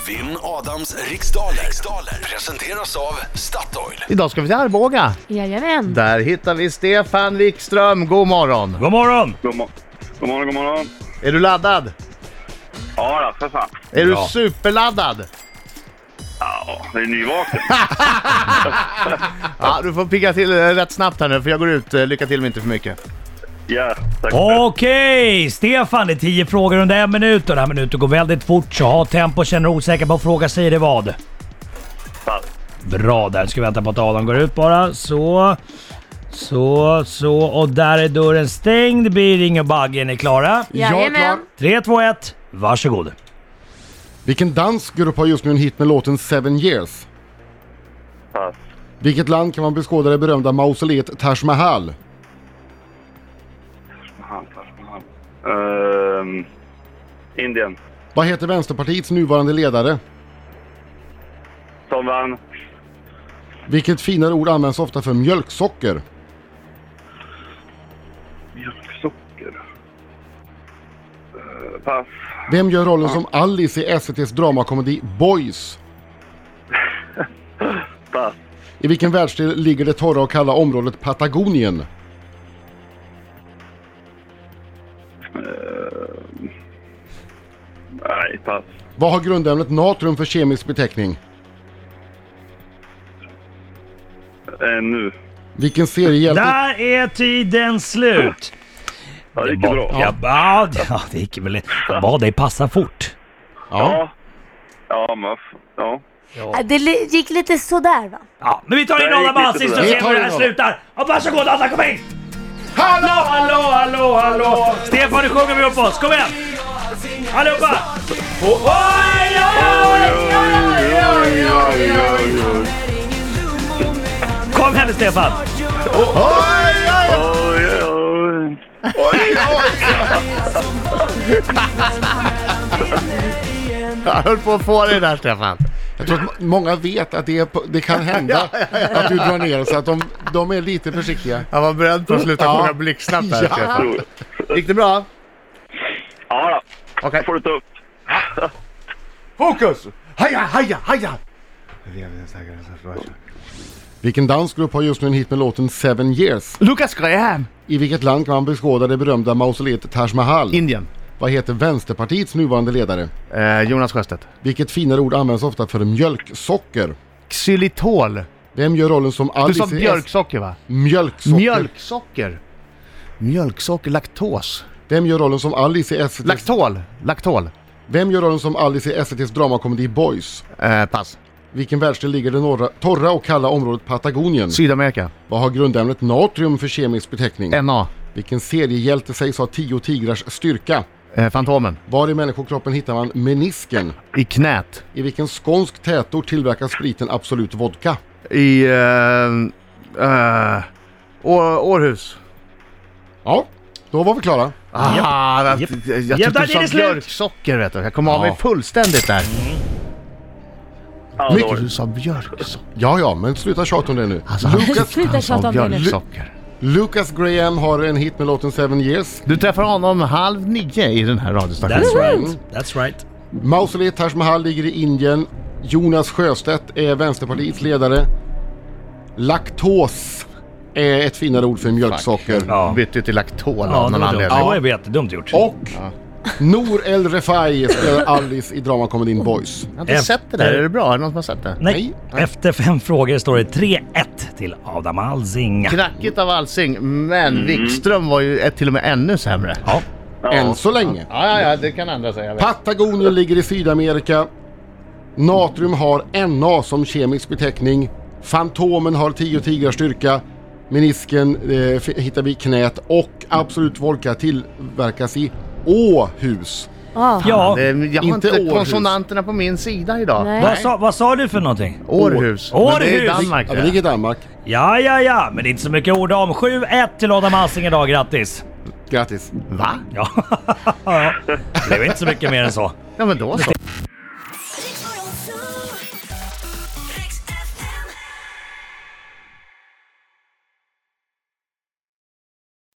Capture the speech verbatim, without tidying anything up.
Vinn Adams riksdaler. riksdaler presenteras av Statoil. Idag ska vi till Arboga. Jajamän. Där hittar vi Stefan Wikström. God morgon. God morgon. God, mo- god morgon, god morgon. Är du laddad? Ja, då, för fan. Är Bra. du superladdad? Ja, det är nyvaken. Ja, du får pigga till rätt snabbt här nu för jag går ut. Lycka till men inte för mycket. Ja, tack. Okej, Stefan, det är tio frågor under en minut och den här minuten går väldigt fort, så ha tempo, känner du osäker på att fråga, säger det vad? Pass. Bra, där ska vi vänta på att Adam går ut bara. Så, så, så och där är dörren stängd. Blir ingen bugg, är ni klara? Jajamän. tre, två, ett, varsågod. Vilken dansk grupp har just nu en hit med låten Seven Years? Pass. Vilket land kan man beskåda det berömda mausoleet Taj Mahal? Han, han. Ehm, Indien. Vad heter Vänsterpartiets nuvarande ledare? Som vann. Vilket finare ord används ofta för mjölksocker? Mjölksocker. Uh, pass. Vem gör rollen som Alice i S V T:s dramakomedi Boys? Pass. I vilken världsdel ligger det torra och kalla området Patagonien? Uh, nej, pass. Vad har grundämnet natrium för kemisk beteckning? Uh, nu. Vilken serie hjälper... Där är tiden slut. Ja, det gick ju bra. Ja, ja, ja, det gick väl. Jag bad dig passa fort. Ja. Ja, men f- ja. Ja, Det li- gick lite sådär va? Ja, men vi tar in Det gick Adam lite Alsing så sådär. ser Vi vi tar hur det in här Adam. slutar. Ja, varsågod Adam, kom in! Hallå, hallå, hallå, hallå! Stefan, nu sjunger vi upp oss, kom igen! Allihopa! Oj, oj, oj, oj, oj, oj, oj, oj. Kom här nu Stefan! Oj, oj, oj. Oj, oj. Jag höll på att få dig där Stefan. Jag tror att många vet att det, är på, det kan hända att du drar ner så att de, de är lite försiktiga. Jag var beredd på att sluta Ja. sjunga blixtsnabbt där Ja. Stefan. Gick det bra? Ja då. Okej. Får du ta upp. Fokus! Haja, haja, haja! Vilken dansk grupp har just nu en hit med låten Seven Years? Lucas Graham. I vilket land kan man beskåda det berömda mausoleet Taj Mahal? Indien. Vad heter Vänsterpartiets nuvarande ledare? Eh, Jonas Sjöstedt. Vilket finare ord används ofta för mjölksocker? Xylitol. Vem gör rollen som Du Alice sa i björksocker va? Mjölksocker. Mjölksocker. Mjölksocker, laktos. Vem gör rollen som Alice i S V T:s... Laktol. Laktol. Vem gör rollen som Alice i S V T:s dramakomedi Boys? Eh, pass. Vilken världsdel ligger det norra, torra och kalla området Patagonien? Sydamerika. Vad har grundämnet natrium för kemisk beteckning? N A. Vilken seriehjälte sägs ha tio tigrars styrka? Eh, Fantomen. Var i människokroppen hittar man menisken? I knät. I vilken skånsk tätort tillverkas spriten Absolut Vodka? I... Eh, eh, Å- Århus. Ja, då var vi klara. Ah, jag, Japp. jag, jag Japp, tyckte där du är det sa slut. björksocker vet du. Jag kom av Ja. mig fullständigt där. Ja, då. Mycket. Du sa björksocker. Ja, ja, men sluta tjata om det nu. Alltså, han, Lucas, Sluta han sa tjata om det nu. björksocker. Lucas Graham har en hit med låten Seven Years. Du träffar honom halv nio i den här radiostationen. That's right, that's right. Mausoleet Taj Mahal ligger i Indien. Jonas Sjöstedt är Vänsterpartiets ledare. Laktos är ett finare ord för mjölksocker. Ja. Bytte till laktol Ja, av det någon var dumt. anledning. Det var ju jättedumt gjort. Och Nour El Refai spelar Alice i dramakomedin Boys. Jag har inte Efter- sett det där. Är det bra? Är det någon som har sett det? Nej, efter fem frågor står det tre ett till Adam Alsing. Knackigt av Alsing, men Wikström var ju ett, till och med ännu sämre. Ja. Än så länge. Ja, ja, ja, det kan andra säga. Jag vet. Patagonien ligger i Sydamerika. Natrium har N A som kemisk beteckning. Fantomen har tio tigrars styrka. Menisken eh, f- hittar vi i knät. Och Absolut Vodka tillverkas i Åhus. Ah. Ja, Det, jag har Inte inte, Århus. konsonanterna på min sida idag. Nej. vad sa, vad sa du för någonting? Århus. Århus. Men det är Danmark Ja, det det. ligger i Danmark. Ja, ja, ja, men det är inte så mycket ord om. sju ett till Adam Alsing idag, grattis. Grattis. Va? Ja, det blev inte så mycket mer än så. Ja, men då så.